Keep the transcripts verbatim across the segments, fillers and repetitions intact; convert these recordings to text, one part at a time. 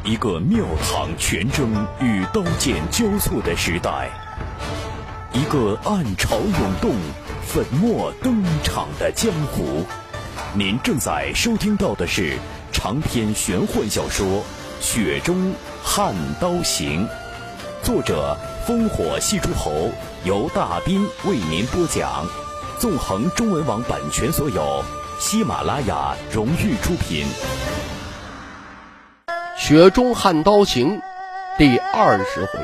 一个庙堂权争与刀剑交错的时代，一个暗潮涌动、粉墨登场的江湖。您正在收听到的是长篇玄幻小说《雪中悍刀行》，作者烽火戏诸侯，由大斌为您播讲。纵横中文网版权所有，喜马拉雅荣誉出品。 雪中悍刀行第二十回，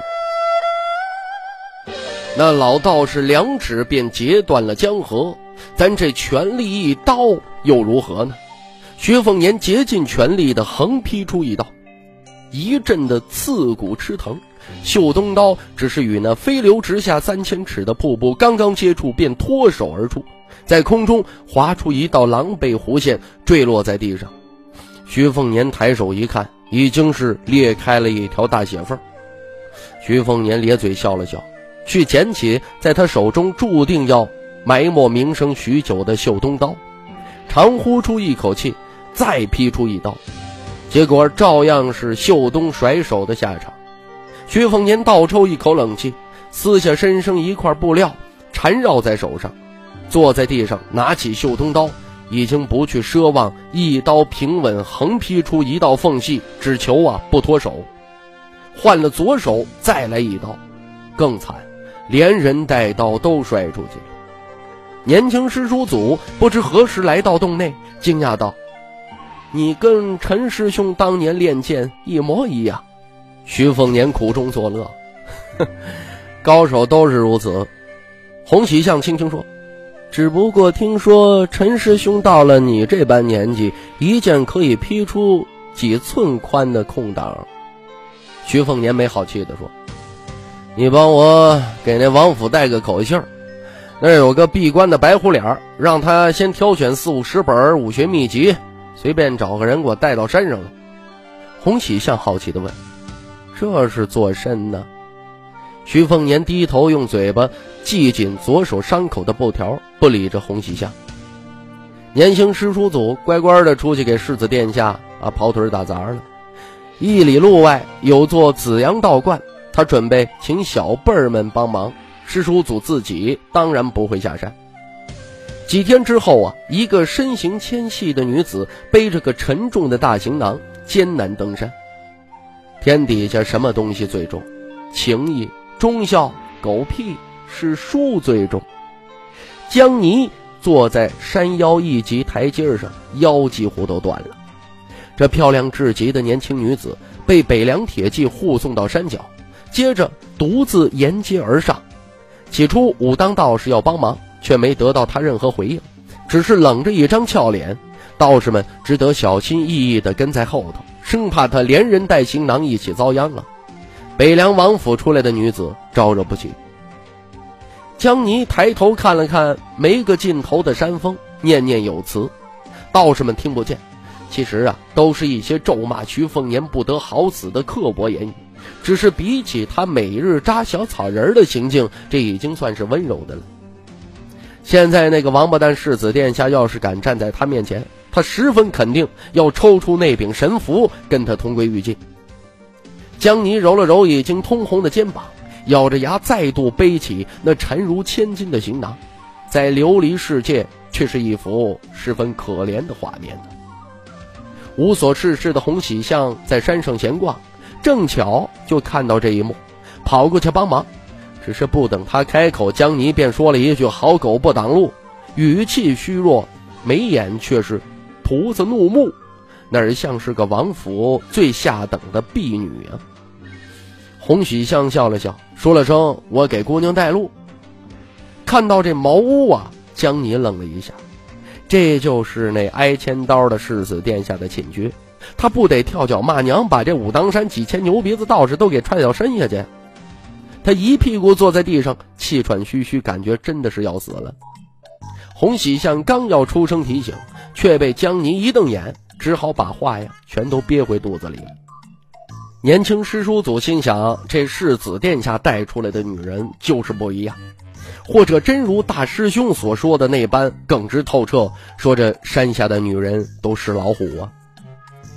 那老道士两指便截断了江河，咱这全力一刀又如何呢？薛凤年竭尽全力地横劈出一刀，一阵的刺骨吃疼。绣东刀只是与那飞流直下三千尺的瀑布刚刚接触，便脱手而出，在空中划出一道狼狈弧线，坠落在地上。徐凤年抬手一看，已经是裂开了一条大血缝。徐凤年咧嘴笑了笑，去捡起在他手中注定要埋没名声许久的绣东刀，长呼出一口气，再劈出一刀，结果照样是绣东甩手的下场。徐凤年倒抽一口冷气，撕下身上一块布料缠绕在手上，坐在地上拿起绣东刀，已经不去奢望一刀平稳横劈出一道缝隙，只求啊不脱手。换了左手再来一刀，更惨，连人带刀都摔出去了。年轻师叔祖不知何时来到洞内，惊讶道：“你跟陈师兄当年练剑一模一样。”徐凤年苦中作乐，呵，高手都是如此。洪喜相轻轻说：“只不过听说陈师兄到了你这般年纪，一剑可以劈出几寸宽的空档。”徐凤年没好气地说：“你帮我给那王府带个口信儿，那有个闭关的白虎脸，让他先挑选四五十本武学秘籍，随便找个人给我带到山上来。”洪喜相好奇地问：“这是做甚呢？”徐凤年低头用嘴巴系紧左手伤口的布条，不理着洪喜相。年轻师叔祖乖乖的出去给世子殿下啊跑腿打杂了。一里路外有座紫阳道观，他准备请小辈儿们帮忙，师叔祖自己当然不会下山。几天之后啊，一个身形纤细的女子背着个沉重的大行囊，艰难登山。天底下什么东西最重？情义、忠孝、狗屁是书最重。江泥坐在山腰一级台阶上，腰几乎都断了。这漂亮至极的年轻女子被北凉铁骑护送到山脚，接着独自沿街而上。起初武当道士要帮忙，却没得到他任何回应，只是冷着一张俏脸。道士们只得小心翼翼地跟在后头，生怕他连人带行囊一起遭殃了。北凉王府出来的女子招惹不起。江泥抬头看了看没个尽头的山峰，念念有词。道士们听不见，其实啊都是一些咒骂徐凤年不得好死的刻薄言语，只是比起他每日扎小草人的行径，这已经算是温柔的了。现在那个王八蛋世子殿下要是敢站在他面前，他十分肯定要抽出那柄神符跟他同归于尽。江泥揉了揉已经通红的肩膀，咬着牙再度背起那沉如千斤的行囊，在琉璃世界却是一幅十分可怜的画面的。无所事事的洪喜相在山上闲逛，正巧就看到这一幕，跑过去帮忙。只是不等他开口，江泥便说了一句：“好狗不挡路”，语气虚弱，眉眼却是菩萨怒目，那儿像是个王府最下等的婢女啊。洪喜相笑了笑，说了声：“我给姑娘带路。”看到这茅屋啊，江泥愣了一下，这就是那挨千刀的世子殿下的寝居，他不得跳脚骂娘，把这武当山几千牛鼻子道士都给踹到身下去。他一屁股坐在地上，气喘吁吁，感觉真的是要死了。洪喜相刚要出声提醒，却被江泥一瞪眼，只好把话呀全都憋回肚子里了。年轻师叔祖心想，这世子殿下带出来的女人就是不一样，或者真如大师兄所说的那般耿直透彻，说这山下的女人都是老虎啊。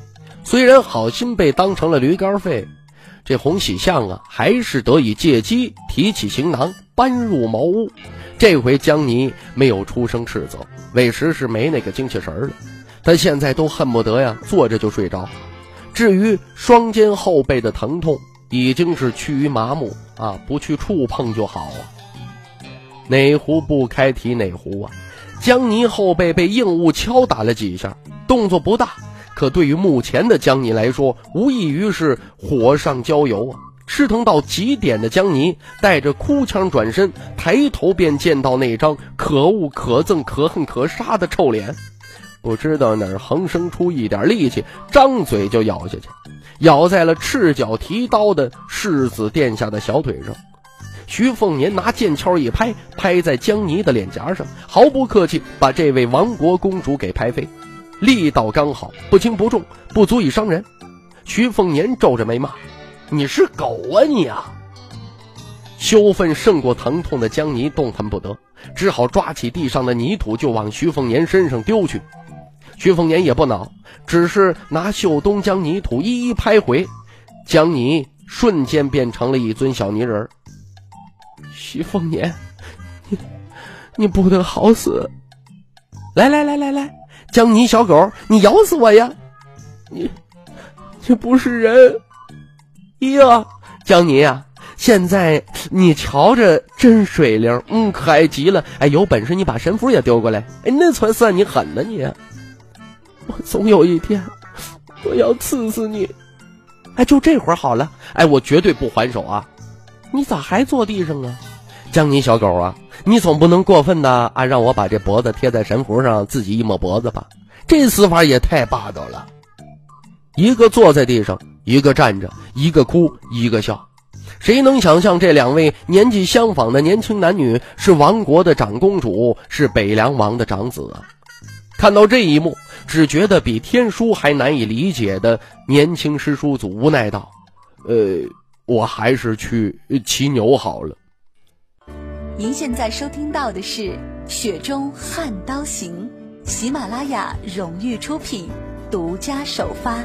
虽然好心被当成了驴肝肺，这洪喜相啊，还是得以借机提起行囊搬入茅屋。这回江泥没有出声斥责，委实是没那个精气神了。他现在都恨不得呀坐着就睡着。至于双肩后背的疼痛，已经是趋于麻木啊，不去触碰就好啊。哪壶不开提哪壶啊！江泥后背被硬物敲打了几下，动作不大，可对于目前的江泥来说，无异于是火上浇油啊！吃疼到极点的江泥带着哭腔转身，抬头便见到那张可恶可憎可恨可杀的臭脸，不知道哪儿横生出一点力气，张嘴就咬下去，咬在了赤脚提刀的世子殿下的小腿上。徐凤年拿剑鞘一拍，拍在江泥的脸颊上，毫不客气把这位亡国公主给拍飞，力道刚好，不轻不重，不足以伤人。徐凤年皱着眉骂：“你是狗啊你啊！”羞愤胜过疼痛的江泥动弹不得，只好抓起地上的泥土就往徐凤年身上丢去。徐凤年也不恼，只是拿袖东将泥土一一拍回，江泥瞬间变成了一尊小泥人。徐凤年，你你不得好死！来来来来来，江泥小狗，你咬死我呀！你你不是人！哟，江泥啊，现在你瞧着真水灵，嗯，可爱极了。哎，有本事你把神符也丢过来，哎，那才算你狠呢你！我总有一天我要刺死你！哎，就这会儿好了，哎，我绝对不还手啊！你咋还坐地上啊？江泥小狗啊，你总不能过分的啊，让我把这脖子贴在神符上，自己一抹脖子吧？这死法也太霸道了。一个坐在地上，一个站着，一个哭一个笑。谁能想象这两位年纪相仿的年轻男女是亡国的长公主，是北凉王的长子啊？看到这一幕，只觉得比天书还难以理解的年轻师叔祖无奈道：呃我还是去骑牛好了。 您现在收听到的是《雪中悍刀行》，喜马拉雅荣誉出品，独家首发。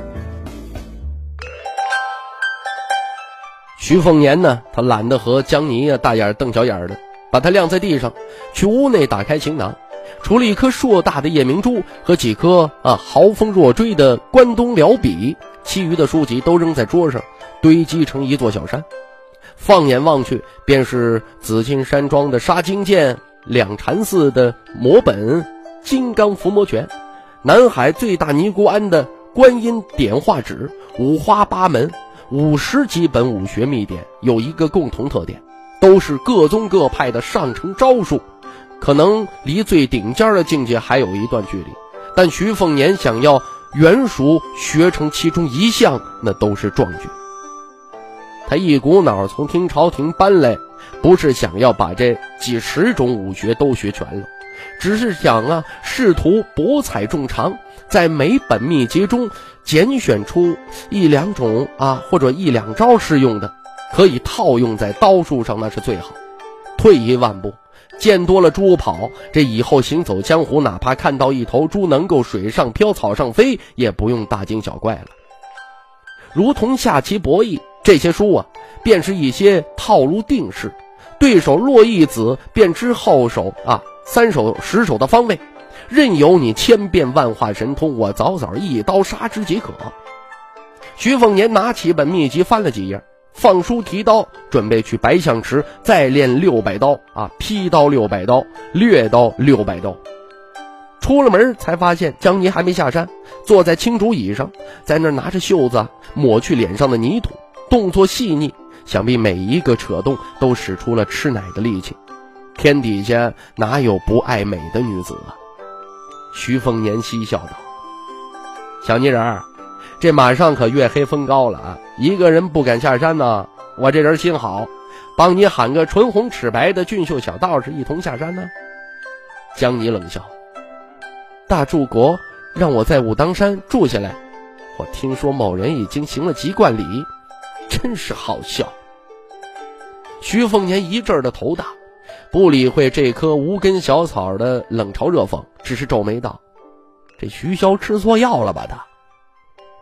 徐凤年呢，他懒得和江泥啊大眼瞪小眼的，把他晾在地上，去屋内打开行囊，除了一颗硕大的夜明珠和几颗啊豪风若锥的关东辽笔，其余的书籍都扔在桌上，堆积成一座小山。放眼望去，便是紫金山庄的杀精剑，两禅寺的魔本金刚伏魔拳，南海最大尼姑庵的观音点画纸，五花八门五十几本武学秘典，有一个共同特点，都是各宗各派的上乘招数，可能离最顶尖的境界还有一段距离，但徐凤年想要原属学成其中一项，那都是壮举。他一股脑从听朝廷搬来，不是想要把这几十种武学都学全了，只是想啊试图博采众长，在每本秘籍中拣选出一两种啊或者一两招适用的，可以套用在刀术上，那是最好。退一万步，见多了猪跑，这以后行走江湖，哪怕看到一头猪能够水上漂草上飞，也不用大惊小怪了。如同下棋博弈，这些书啊便是一些套路定式，对手落一子便知后手啊三手十手的方位，任由你千变万化神通，我早早一刀杀之即可。徐凤年拿起本秘籍翻了几页，放书提刀，准备去白象池再练六百刀啊，劈刀六百刀，掠刀六百刀。出了门才发现江泥还没下山，坐在青竹椅上，在那儿拿着袖子抹去脸上的泥土，动作细腻，想必每一个扯动都使出了吃奶的力气。天底下哪有不爱美的女子啊？徐凤年嬉笑道：小泥人，这马上可月黑风高了啊，一个人不敢下山呢，我这人心好，帮你喊个唇红齿白的俊秀小道士一同下山呢。江泥冷笑：大柱国让我在武当山住下来，我听说某人已经行了籍贯礼，真是好笑。徐凤年一阵的头大，不理会这棵无根小草的冷嘲热讽，只是皱眉道：这徐骁吃错药了吧他？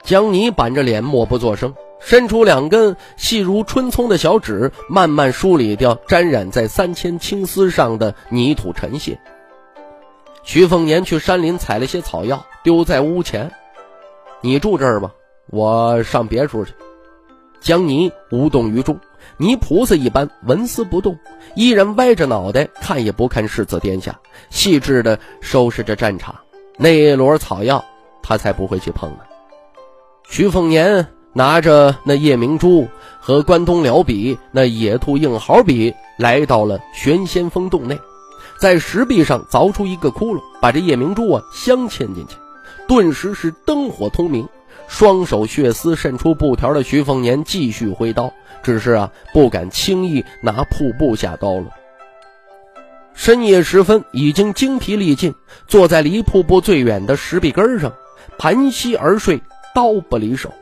江泥板着脸默不作声，伸出两根细如春葱的小指，慢慢梳理掉沾染在三千青丝上的泥土尘屑。徐凤年去山林采了些草药，丢在屋前。你住这儿吧，我上别处去。江泥无动于衷，泥菩萨一般纹丝不动，依然歪着脑袋，看也不看世子殿下，细致地收拾着战场。那一摞草药他才不会去碰呢。徐凤年拿着那夜明珠和关东辽笔那野兔硬毫笔，来到了玄仙峰洞内，在石壁上凿出一个窟窿，把这夜明珠啊镶嵌进去，顿时是灯火通明。双手血丝渗出布条的徐凤年继续挥刀，只是啊不敢轻易拿瀑布下刀了。深夜时分，已经精疲力尽，坐在离瀑布最远的石壁根上，盘膝而睡，刀不离手。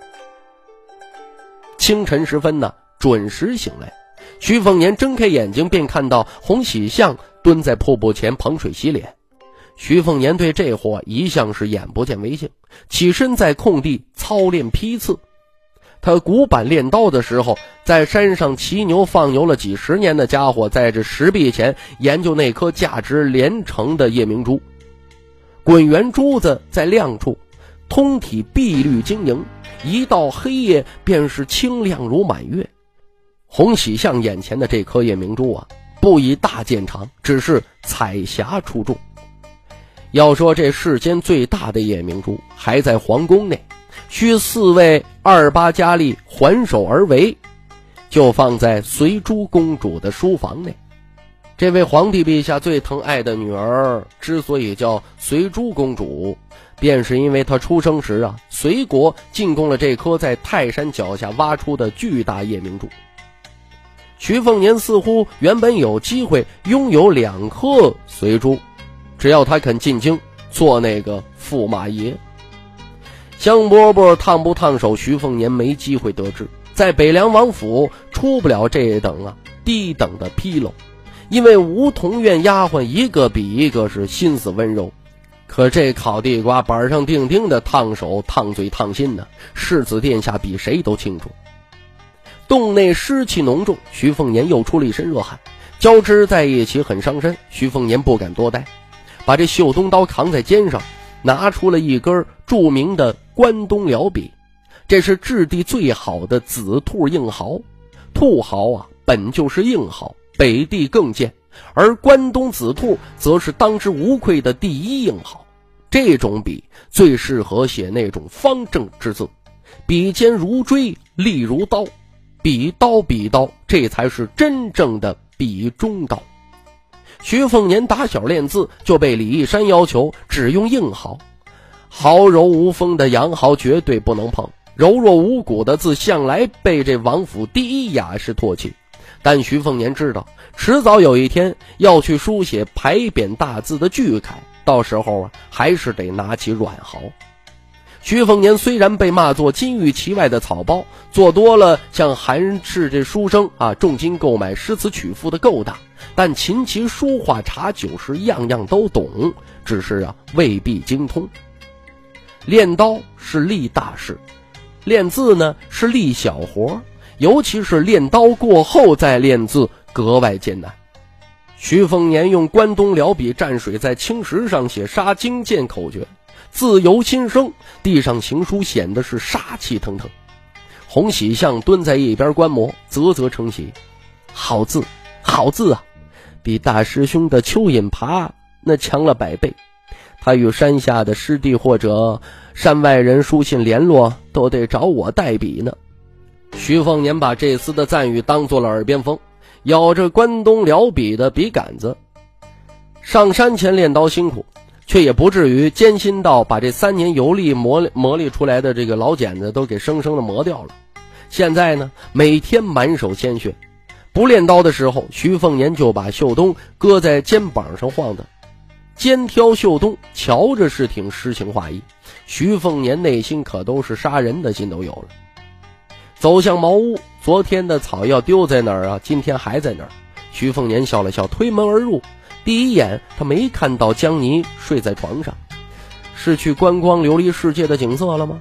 清晨时分呢，准时醒来，徐凤年睁开眼睛，便看到洪喜相蹲在瀑布前捧水洗脸。徐凤年对这货一向是眼不见为净，起身在空地操练批次。他古板练刀的时候，在山上骑牛放牛了几十年的家伙，在这石壁前研究那颗价值连城的夜明珠。滚圆珠子在亮处，通体碧绿晶莹，一到黑夜便是清亮如满月。洪喜相眼前的这颗夜明珠啊，不以大见长，只是彩霞出众。要说这世间最大的夜明珠还在皇宫内，需四位二八佳丽环手而围，就放在随珠公主的书房内。这位皇帝陛下最疼爱的女儿之所以叫随珠公主，便是因为她出生时啊，隋国进贡了这颗在泰山脚下挖出的巨大夜明珠。徐凤年似乎原本有机会拥有两颗随珠，只要他肯进京做那个驸马爷。香饽饽烫不烫手，徐凤年没机会得知，在北凉王府出不了这等啊低等的纰漏，因为梧桐院丫鬟一个比一个是心思温柔，可这烤地瓜板上钉钉的烫手烫嘴烫心呢，世子殿下比谁都清楚。洞内湿气浓重，徐凤年又出了一身热汗，交织在一起很伤身。徐凤年不敢多待，把这绣东刀扛在肩上，拿出了一根著名的关东辽笔，这是质地最好的紫兔硬毫。兔毫啊本就是硬毫，北地更见，而关东紫兔则是当之无愧的第一硬毫。这种笔最适合写那种方正之字，笔尖如锥，利如刀，笔刀笔刀，这才是真正的笔中刀。徐凤年打小练字就被李义山要求只用硬毫，毫柔无锋的洋毫绝对不能碰，柔弱无骨的字向来被这王府第一雅士唾弃。但徐凤年知道，迟早有一天要去书写牌匾大字的巨楷，到时候啊，还是得拿起软毫。徐凤年虽然被骂作金玉其外的草包，做多了像韩氏这书生啊重金购买诗词曲赋的勾当，但琴棋书画茶酒是样样都懂，只是啊未必精通。练刀是立大事，练字呢是立小活，尤其是练刀过后再练字格外艰难。徐凤年用关东辽笔蘸水在青石上写杀经剑口诀，字由心生，地上行书显得是杀气腾腾。洪喜相蹲在一边观摩，啧啧称奇，好字好字啊，比大师兄的蚯蚓爬那强了百倍。他与山下的师弟或者山外人书信联络，都得找我代笔呢。徐凤年把这次的赞誉当作了耳边风，咬着关东辽笔的笔杆子。上山前练刀辛苦，却也不至于艰辛到把这三年游历磨磨砺出来的这个老茧子都给生生的磨掉了。现在呢，每天满手鲜血。不练刀的时候，徐凤年就把绣东搁在肩膀上晃的，肩挑绣东，瞧着是挺诗情画意。徐凤年内心可都是杀人的心都有了。走向茅屋，昨天的草药丢在哪儿啊？今天还在那儿。徐凤年笑了笑，推门而入。第一眼他没看到江泥睡在床上，是去观光流离世界的景色了吗？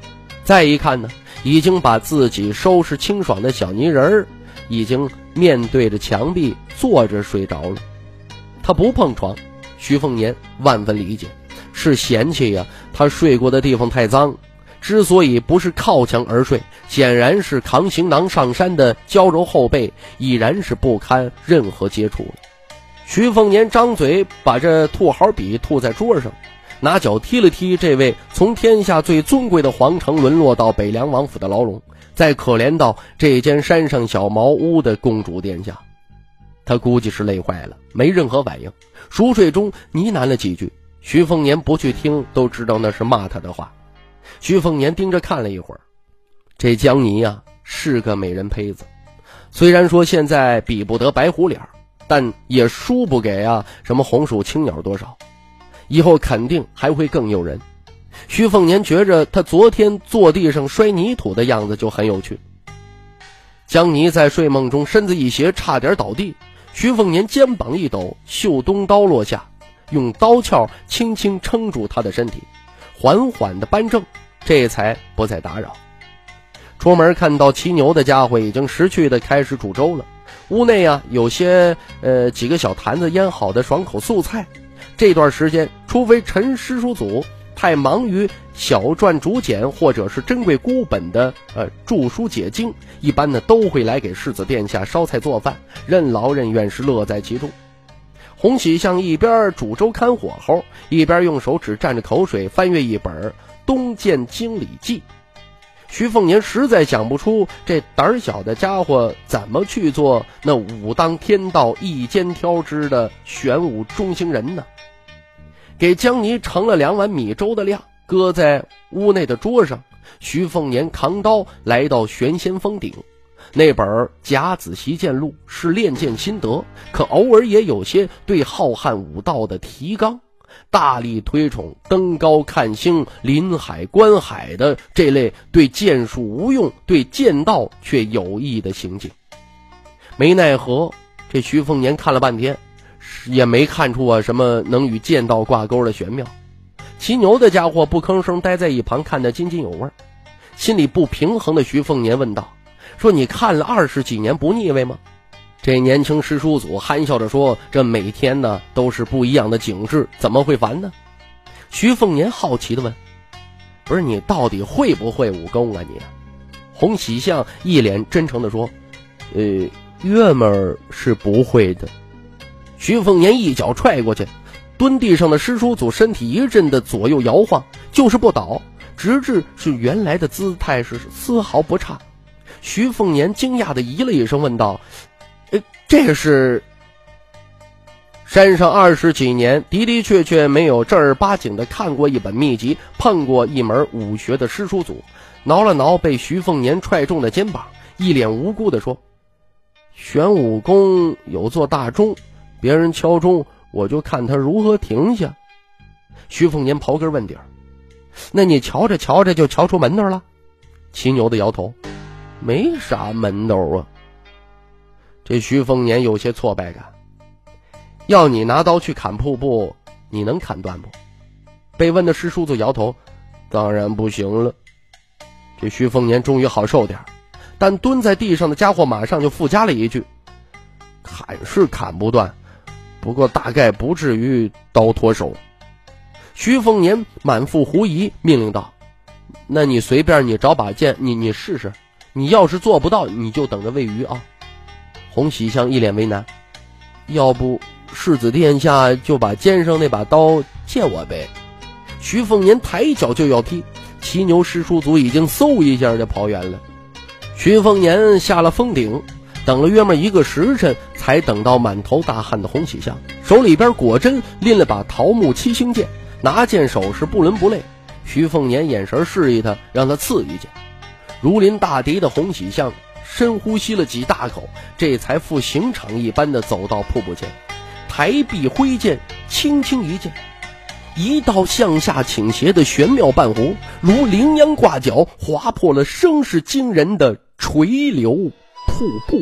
再一看呢，已经把自己收拾清爽的小泥人儿已经面对着墙壁坐着睡着了。他不碰床，徐凤年万分理解，是嫌弃呀、啊，他睡过的地方太脏。之所以不是靠墙而睡，显然是扛行囊上山的娇柔后背已然是不堪任何接触了。徐凤年张嘴把这兔毫笔吐在桌上，拿脚踢了踢这位从天下最尊贵的皇城沦落到北凉王府的牢笼，再可怜到这间山上小茅屋的公主殿下。他估计是累坏了，没任何反应，熟睡中呢喃了几句，徐凤年不去听都知道那是骂他的话。徐凤年盯着看了一会儿，这江泥啊是个美人胚子，虽然说现在比不得白虎脸，但也输不给啊什么红薯青鸟多少，以后肯定还会更诱人。徐凤年觉着他昨天坐地上摔泥土的样子就很有趣。江泥在睡梦中身子一斜，差点倒地，徐凤年肩膀一抖，袖东刀落下，用刀鞘轻轻撑住他的身体，缓缓地扳正，这才不再打扰。出门看到骑牛的家伙已经识趣地开始煮粥了，屋内啊有些呃几个小坛子腌好的爽口素菜。这段时间除非陈师叔祖太忙于小篆竹简或者是珍贵孤本的呃著书解经，一般呢都会来给世子殿下烧菜做饭，任劳任怨，是乐在其中。洪喜相一边煮粥看火候，一边用手指蘸着口水翻阅一本《东涧经礼记》。徐凤年实在想不出这胆小的家伙怎么去做那武当天道一肩挑之的玄武中兴人呢。给江泥盛了两碗米粥的量，搁在屋内的桌上。徐凤年扛刀来到玄仙峰顶，那本《甲子习剑录》是练剑心得，可偶尔也有些对浩瀚武道的提纲，大力推崇登高看星、临海观海的这类对剑术无用、对剑道却有益的行径。没奈何，这徐凤年看了半天，也没看出啊什么能与剑道挂钩的玄妙。骑牛的家伙不吭声待在一旁，看得津津有味。心里不平衡的徐凤年问道，说你看了二十几年不腻味吗？这年轻师叔祖憨笑着说，这每天呢都是不一样的景致，怎么会烦呢？徐凤年好奇地问，不是你到底会不会武功啊你？洪喜相一脸真诚地说，呃，岳门是不会的。徐凤年一脚踹过去，蹲地上的师叔祖身体一阵的左右摇晃，就是不倒，直至是原来的姿态是丝毫不差。徐凤年惊讶地咦了一声，问道，呃，这是？山上二十几年的的确确没有正儿八经的看过一本秘籍，碰过一门武学的师叔祖，挠了挠被徐凤年踹中的肩膀，一脸无辜地说，玄武功有座大钟，别人敲钟我就看他如何停下。徐凤年刨根问底儿，那你瞧着瞧着就瞧出门道了？骑牛的摇头，没啥门道啊。这徐凤年有些挫败感，要你拿刀去砍瀑布，你能砍断不？被问的师叔祖摇头，当然不行了。这徐凤年终于好受点，但蹲在地上的家伙马上就附加了一句，砍是砍不断，不过大概不至于刀脱手。徐凤年满腹狐疑，命令道，那你随便你找把剑，你你试试，你要是做不到你就等着喂鱼啊。洪喜相一脸为难，要不世子殿下就把肩上那把刀借我呗。徐凤年抬脚就要踢，骑牛师叔祖已经嗖一下就跑远了。徐凤年下了峰顶，等了约莫一个时辰，才等到满头大汗的洪喜相，手里边果真拎了把桃木七星剑，拿剑手是不伦不类。徐凤年眼神示意他，让他刺一剑。如临大敌的洪喜相深呼吸了几大口，这才赴刑场一般的走到瀑布前，抬臂挥剑，轻轻一剑，一道向下倾斜的玄妙半弧，如羚羊挂角，划破了声势惊人的垂流瀑布。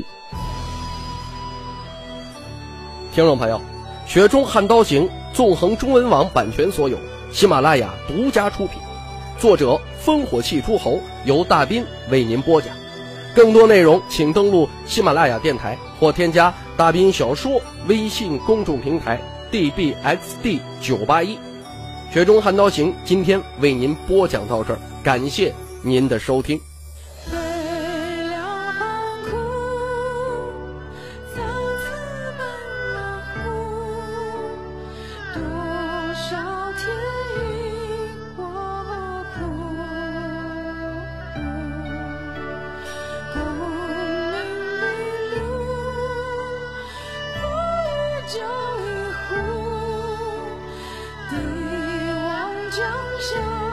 听众朋友，雪中悍刀行纵横中文网版权所有，喜马拉雅独家出品，作者烽火戏诸侯，由大斌为您播讲。更多内容请登录喜马拉雅电台或添加大斌小说微信公众平台 D B X D 九八一。雪中悍刀行今天为您播讲到这儿，感谢您的收听。 酒一壶，帝王将相